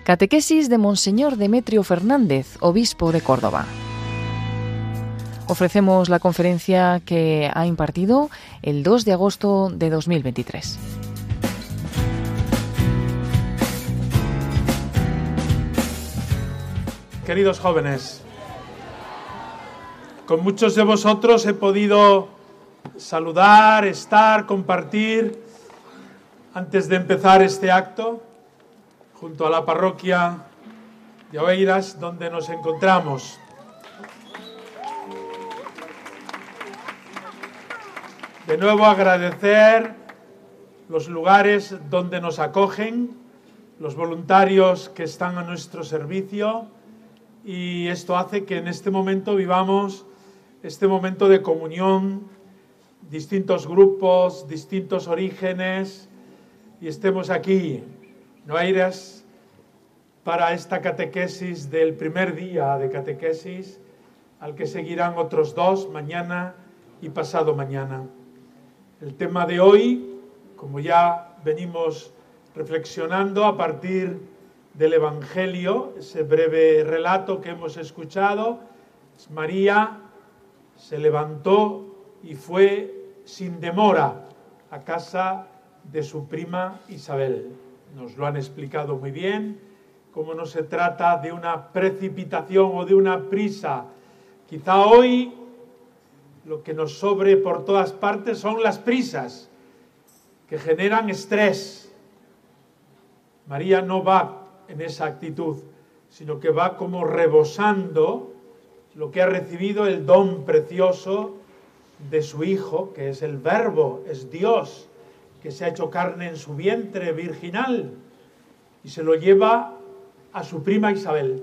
Catequesis de Monseñor Demetrio Fernández, obispo de Córdoba. Ofrecemos la conferencia que ha impartido el 2 de agosto de 2023. Queridos jóvenes, con muchos de vosotros he podido saludar, estar, compartir antes de empezar este acto junto a la parroquia de Oeiras, donde nos encontramos. De nuevo agradecer los lugares donde nos acogen, los voluntarios que están a nuestro servicio, y esto hace que en este momento vivamos este momento de comunión, distintos grupos, distintos orígenes, y estemos aquí, en Oeiras, para esta catequesis del primer día de catequesis, al que seguirán otros 2 mañana y pasado mañana. El tema de hoy, como ya venimos reflexionando a partir del Evangelio, ese breve relato que hemos escuchado, es María se levantó y fue sin demora a casa de su prima Isabel. Nos lo han explicado muy bien, cómo no se trata de una precipitación o de una prisa. Quizá hoy lo que nos sobre por todas partes son las prisas que generan estrés. María no va en esa actitud, sino que va como rebosando lo que ha recibido, el don precioso de su Hijo, que es el Verbo, es Dios, que se ha hecho carne en su vientre virginal, y se lo lleva a su prima Isabel.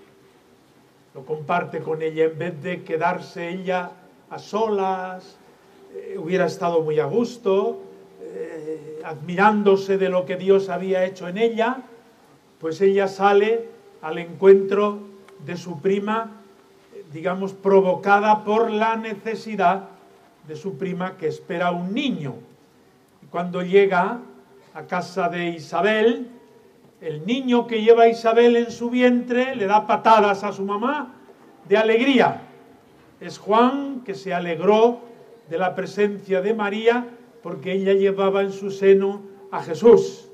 Lo comparte con ella, en vez de quedarse ella a solas, hubiera estado muy a gusto, admirándose de lo que Dios había hecho en ella, pues ella sale al encuentro de su prima, digamos, provocada por la necesidad de su prima, que espera un niño. Y cuando llega a casa de Isabel, el niño que lleva Isabel en su vientre le da patadas a su mamá de alegría. Es Juan, que se alegró de la presencia de María porque ella llevaba en su seno a Jesús.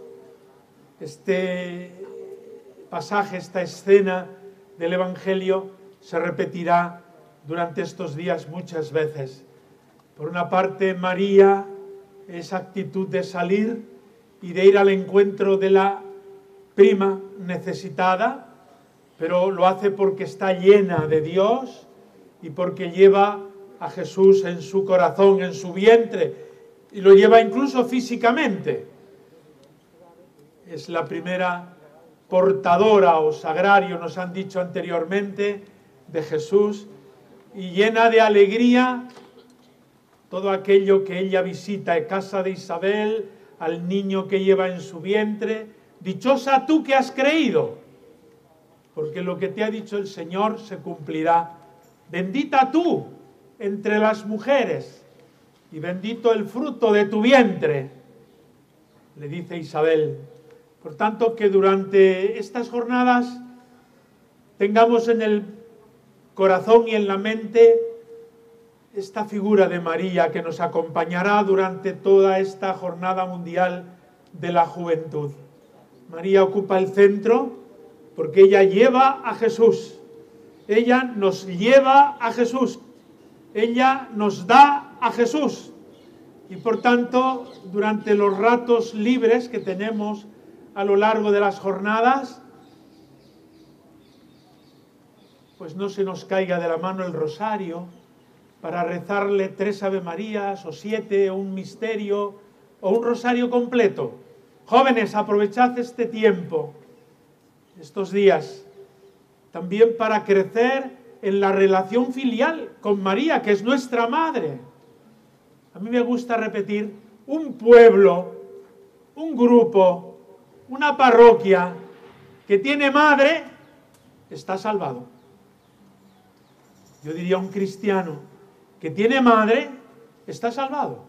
Este pasaje, esta escena del Evangelio se repetirá durante estos días muchas veces. Por una parte, María, esa actitud de salir y de ir al encuentro de la prima necesitada, pero lo hace porque está llena de Dios y porque lleva a Jesús en su corazón, en su vientre, y lo lleva incluso físicamente. Es la primera portadora o sagrario, nos han dicho anteriormente, de Jesús, y llena de alegría todo aquello que ella visita en casa de Isabel, al niño que lleva en su vientre. Dichosa tú que has creído, porque lo que te ha dicho el Señor se cumplirá. Bendita tú entre las mujeres, y bendito el fruto de tu vientre, le dice Isabel. Por tanto, que durante estas jornadas tengamos en el corazón y en la mente esta figura de María que nos acompañará durante toda esta jornada mundial de la juventud. María ocupa el centro porque ella lleva a Jesús. Ella nos lleva a Jesús. Ella nos da a Jesús. Y por tanto, durante los ratos libres que tenemos a lo largo de las jornadas, pues no se nos caiga de la mano el rosario para rezarle 3 Ave Marías o 7 o un misterio o un rosario completo. Jóvenes, aprovechad este tiempo, estos días, también para crecer en la relación filial con María, que es nuestra madre. A mí me gusta repetir, un pueblo, un grupo, una parroquia que tiene madre, está salvado. Yo diría un cristiano que tiene madre, está salvado.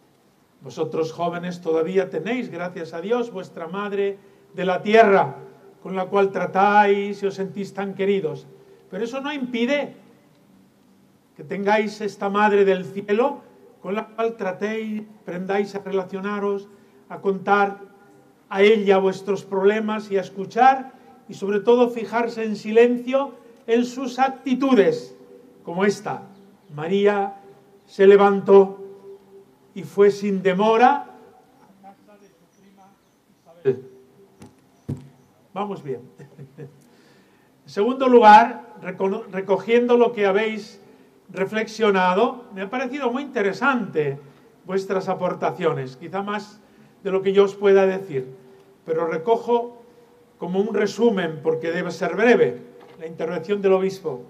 Vosotros jóvenes todavía tenéis, gracias a Dios, vuestra madre de la tierra, con la cual tratáis y os sentís tan queridos. Pero eso no impide que tengáis esta Madre del Cielo con la cual tratéis, aprendáis a relacionaros, a contar a ella vuestros problemas y a escuchar, y sobre todo fijarse en silencio en sus actitudes, como esta. María se levantó y fue sin demora a casa de su prima Isabel. Vamos bien. En segundo lugar, recogiendo lo que habéis reflexionado, me ha parecido muy interesante vuestras aportaciones, quizá más de lo que yo os pueda decir, pero recojo como un resumen, porque debe ser breve, la intervención del obispo.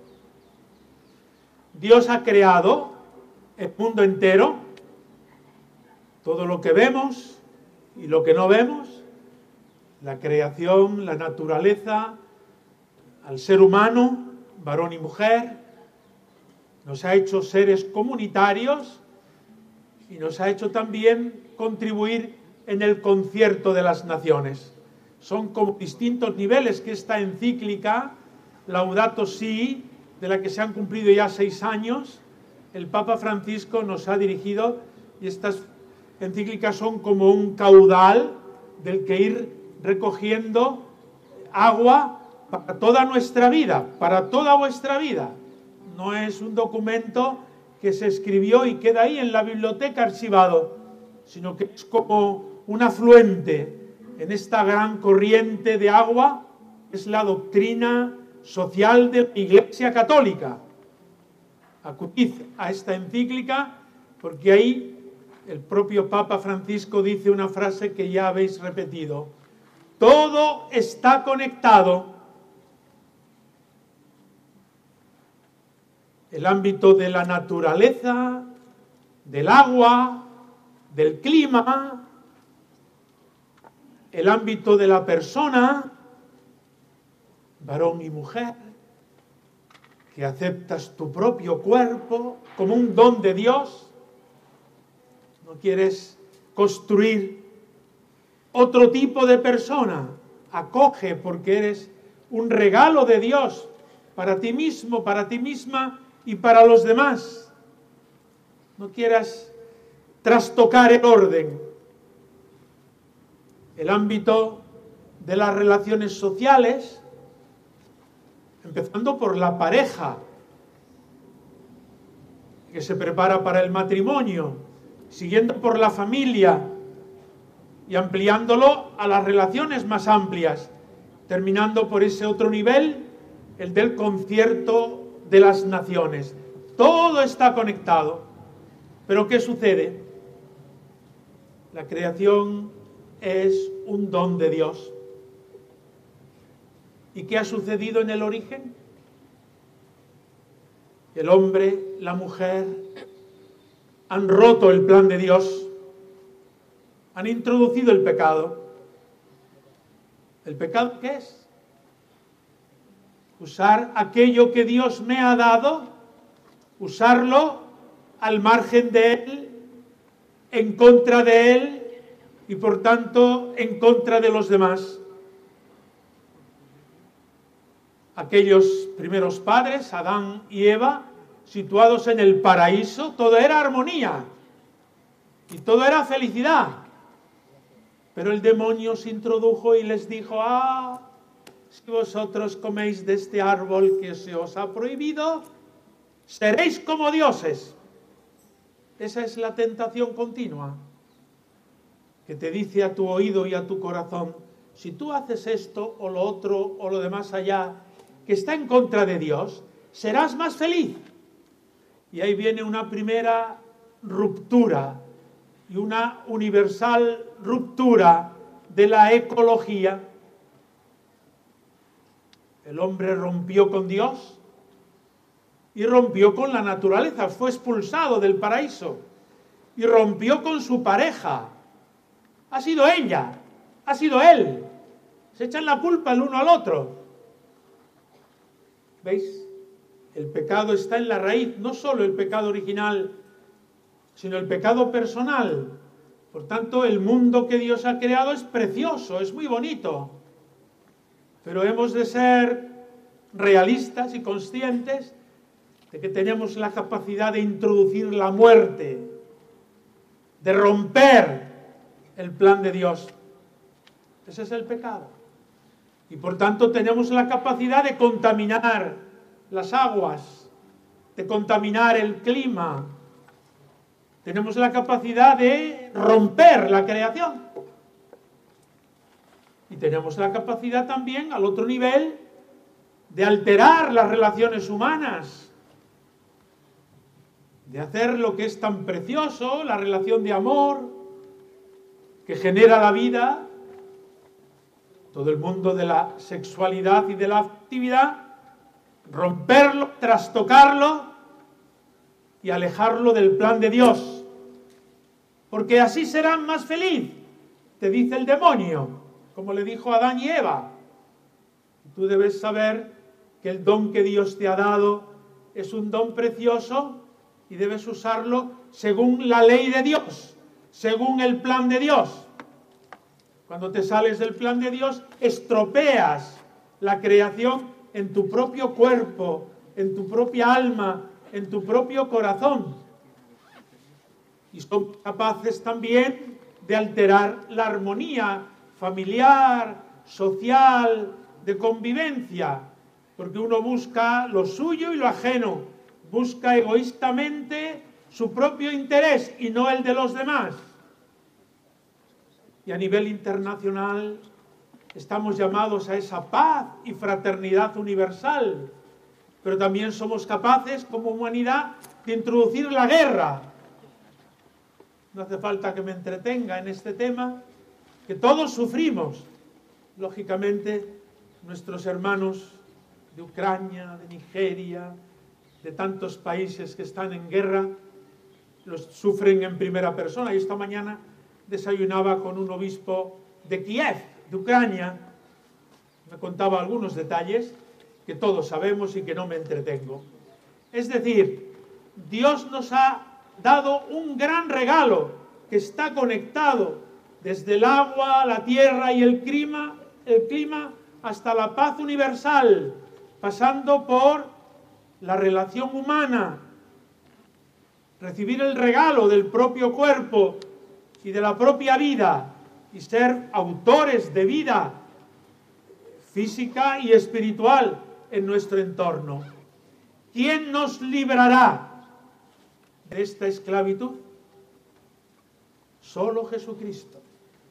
Dios ha creado el mundo entero, todo lo que vemos y lo que no vemos, la creación, la naturaleza, al ser humano, varón y mujer, nos ha hecho seres comunitarios y nos ha hecho también contribuir en el concierto de las naciones. Son como distintos niveles que esta encíclica, Laudato Si, de la que se han cumplido ya 6 años, el Papa Francisco nos ha dirigido, y estas encíclicas son como un caudal del que ir recogiendo agua para toda nuestra vida, para toda vuestra vida. No es un documento que se escribió y queda ahí en la biblioteca archivado, sino que es como un afluente en esta gran corriente de agua, es la doctrina social de la Iglesia Católica. Acudid a esta encíclica, porque ahí el propio Papa Francisco dice una frase que ya habéis repetido: todo está conectado. El ámbito de la naturaleza, del agua, del clima, el ámbito de la persona, varón y mujer, que aceptas tu propio cuerpo como un don de Dios, no quieres construir otro tipo de persona, acoge porque eres un regalo de Dios para ti mismo, para ti misma y para los demás. No quieras trastocar el orden. El ámbito de las relaciones sociales, empezando por la pareja que se prepara para el matrimonio, siguiendo por la familia y ampliándolo a las relaciones más amplias, terminando por ese otro nivel, el del concierto de las naciones. Todo está conectado. Pero ¿qué sucede? La creación es un don de Dios. ¿Y qué ha sucedido en el origen? El hombre, la mujer, han roto el plan de Dios, han introducido el pecado. ¿El pecado qué es? Usar aquello que Dios me ha dado, usarlo al margen de Él, en contra de Él y por tanto en contra de los demás. Aquellos primeros padres, Adán y Eva, situados en el paraíso, todo era armonía y todo era felicidad. Pero el demonio se introdujo y les dijo: si vosotros coméis de este árbol que se os ha prohibido, seréis como dioses. Esa es la tentación continua que te dice a tu oído y a tu corazón: si tú haces esto o lo otro o lo de más allá, que está en contra de Dios, serás más feliz. Y ahí viene una primera ruptura y una universal ruptura de la ecología. El hombre rompió con Dios y rompió con la naturaleza, fue expulsado del paraíso y rompió con su pareja. Ha sido ella, ha sido él. Se echan la culpa el uno al otro. ¿Veis? El pecado está en la raíz, no solo el pecado original, sino el pecado personal. Por tanto, el mundo que Dios ha creado es precioso, es muy bonito. Pero hemos de ser realistas y conscientes de que tenemos la capacidad de introducir la muerte, de romper el plan de Dios. Ese es el pecado. Y por tanto tenemos la capacidad de contaminar las aguas, de contaminar el clima. Tenemos la capacidad de romper la creación. Y tenemos la capacidad también, al otro nivel, de alterar las relaciones humanas, de hacer lo que es tan precioso, la relación de amor, que genera la vida, todo el mundo de la sexualidad y de la actividad, romperlo, trastocarlo y alejarlo del plan de Dios. Porque así serán más feliz, te dice el demonio, como le dijo a Adán y Eva. Tú debes saber que el don que Dios te ha dado es un don precioso y debes usarlo según la ley de Dios, según el plan de Dios. Cuando te sales del plan de Dios, estropeas la creación en tu propio cuerpo, en tu propia alma, en tu propio corazón. Y son capaces también de alterar la armonía familiar, social, de convivencia, porque uno busca lo suyo y lo ajeno, busca egoístamente su propio interés y no el de los demás. Y a nivel internacional estamos llamados a esa paz y fraternidad universal, pero también somos capaces como humanidad de introducir la guerra. No hace falta que me entretenga en este tema, que todos sufrimos. Lógicamente, nuestros hermanos de Ucrania, de Nigeria, de tantos países que están en guerra, los sufren en primera persona. Y esta mañana desayunaba con un obispo de Kiev, de Ucrania. Me contaba algunos detalles que todos sabemos y que no me entretengo. Es decir, Dios nos ha dado un gran regalo que está conectado desde el agua, la tierra y el clima hasta la paz universal, pasando por la relación humana, recibir el regalo del propio cuerpo y de la propia vida y ser autores de vida física y espiritual en nuestro entorno. ¿Quién nos librará de esta esclavitud? Solo Jesucristo,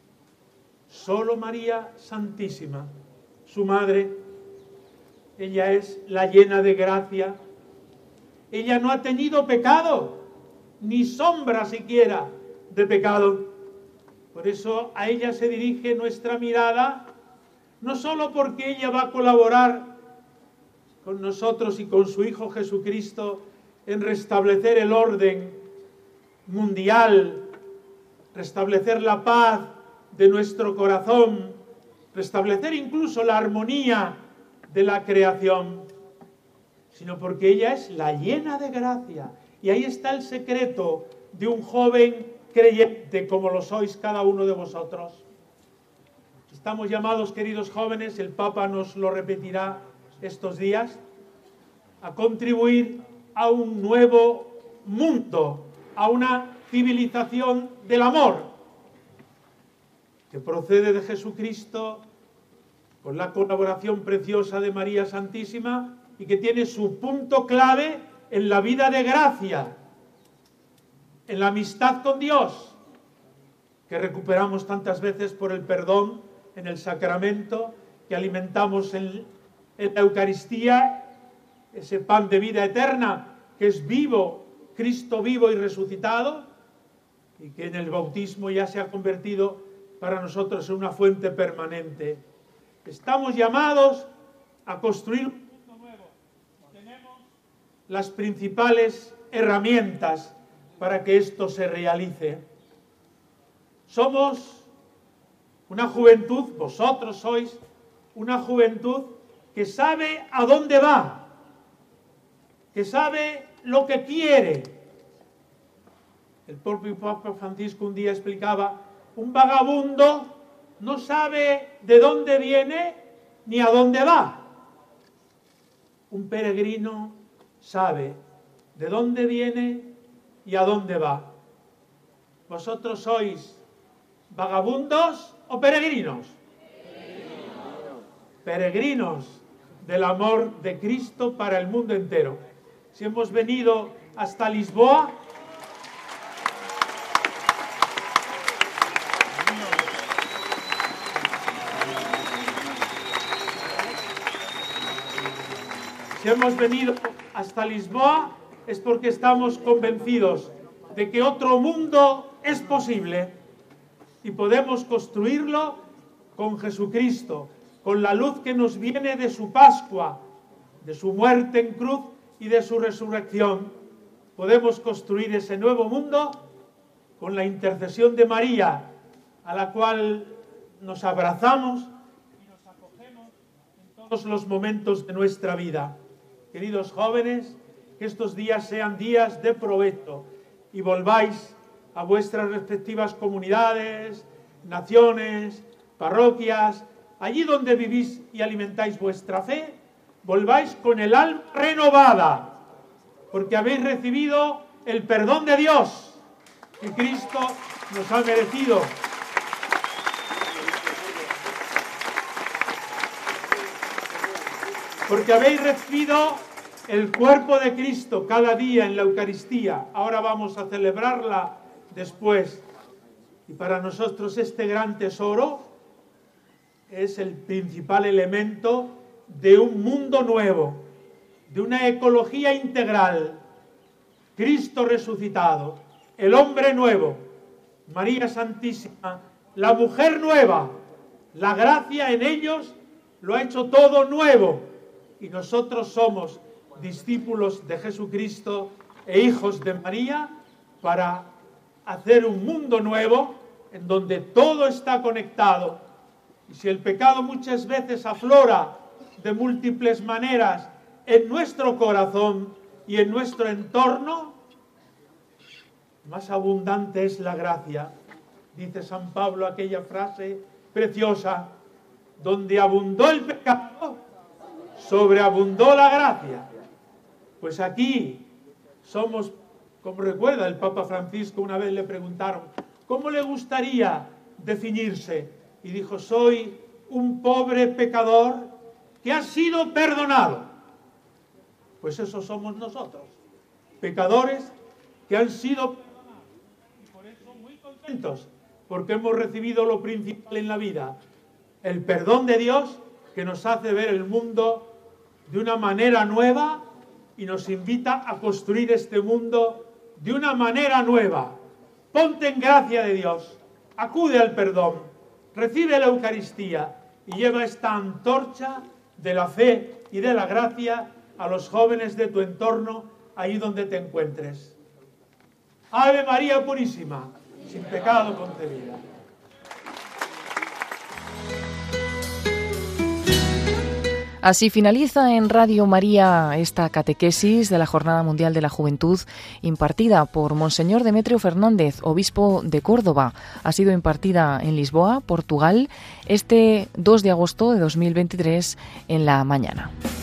solo María Santísima, su madre. Ella es la llena de gracia. Ella no ha tenido pecado, ni sombra siquiera de pecado. Por eso a ella se dirige nuestra mirada, no solo porque ella va a colaborar con nosotros y con su Hijo Jesucristo en restablecer el orden mundial, restablecer la paz de nuestro corazón, restablecer incluso la armonía de la creación, sino porque ella es la llena de gracia. Y ahí está el secreto de un joven creyente como lo sois cada uno de vosotros. Estamos llamados, queridos jóvenes, el Papa nos lo repetirá estos días, a contribuir a un nuevo mundo, a una civilización del amor, que procede de Jesucristo, con la colaboración preciosa de María Santísima, y que tiene su punto clave en la vida de gracia, en la amistad con Dios, que recuperamos tantas veces por el perdón en el sacramento, que alimentamos en la Eucaristía, ese pan de vida eterna, que es vivo, Cristo vivo y resucitado, y que en el bautismo ya se ha convertido para nosotros en una fuente permanente. Estamos llamados a construir un mundo nuevo. Tenemos las principales herramientas para que esto se realice. Somos una juventud, vosotros sois una juventud que sabe a dónde va, que sabe lo que quiere. El propio Papa Francisco un día explicaba: un vagabundo no sabe de dónde viene ni a dónde va. Un peregrino sabe de dónde viene y a dónde va. ¿Vosotros sois vagabundos o peregrinos? Peregrinos del amor de Cristo para el mundo entero. Si hemos venido hasta Lisboa, es porque estamos convencidos de que otro mundo es posible y podemos construirlo con Jesucristo, con la luz que nos viene de su Pascua, de su muerte en cruz y de su resurrección. Podemos construir ese nuevo mundo con la intercesión de María, a la cual nos abrazamos y nos acogemos en todos los momentos de nuestra vida. Queridos jóvenes, que estos días sean días de provecho y volváis a vuestras respectivas comunidades, naciones, parroquias, allí donde vivís y alimentáis vuestra fe, volváis con el alma renovada, porque habéis recibido el perdón de Dios que Cristo nos ha merecido. Porque habéis recibido el cuerpo de Cristo cada día en la Eucaristía. Ahora vamos a celebrarla después. Y para nosotros este gran tesoro es el principal elemento de un mundo nuevo, de una ecología integral. Cristo resucitado, el hombre nuevo, María Santísima, la mujer nueva, la gracia en ellos lo ha hecho todo nuevo. Y nosotros somos discípulos de Jesucristo e hijos de María para hacer un mundo nuevo en donde todo está conectado. Y si el pecado muchas veces aflora de múltiples maneras en nuestro corazón y en nuestro entorno, más abundante es la gracia. Dice San Pablo aquella frase preciosa: donde abundó el pecado, sobreabundó la gracia. Pues aquí somos, como recuerda el Papa Francisco, una vez le preguntaron ¿cómo le gustaría definirse? Y dijo: soy un pobre pecador que ha sido perdonado. Pues eso somos nosotros, pecadores que han sido perdonados. Y por eso muy contentos, porque hemos recibido lo principal en la vida, el perdón de Dios, que nos hace ver el mundo de una manera nueva y nos invita a construir este mundo de una manera nueva. Ponte en gracia de Dios, acude al perdón, recibe la Eucaristía y lleva esta antorcha de la fe y de la gracia a los jóvenes de tu entorno, ahí donde te encuentres. Ave María Purísima, sin pecado concebida. Así finaliza en Radio María esta catequesis de la Jornada Mundial de la Juventud impartida por Monseñor Demetrio Fernández, obispo de Córdoba. Ha sido impartida en Lisboa, Portugal, este 2 de agosto de 2023 en la mañana.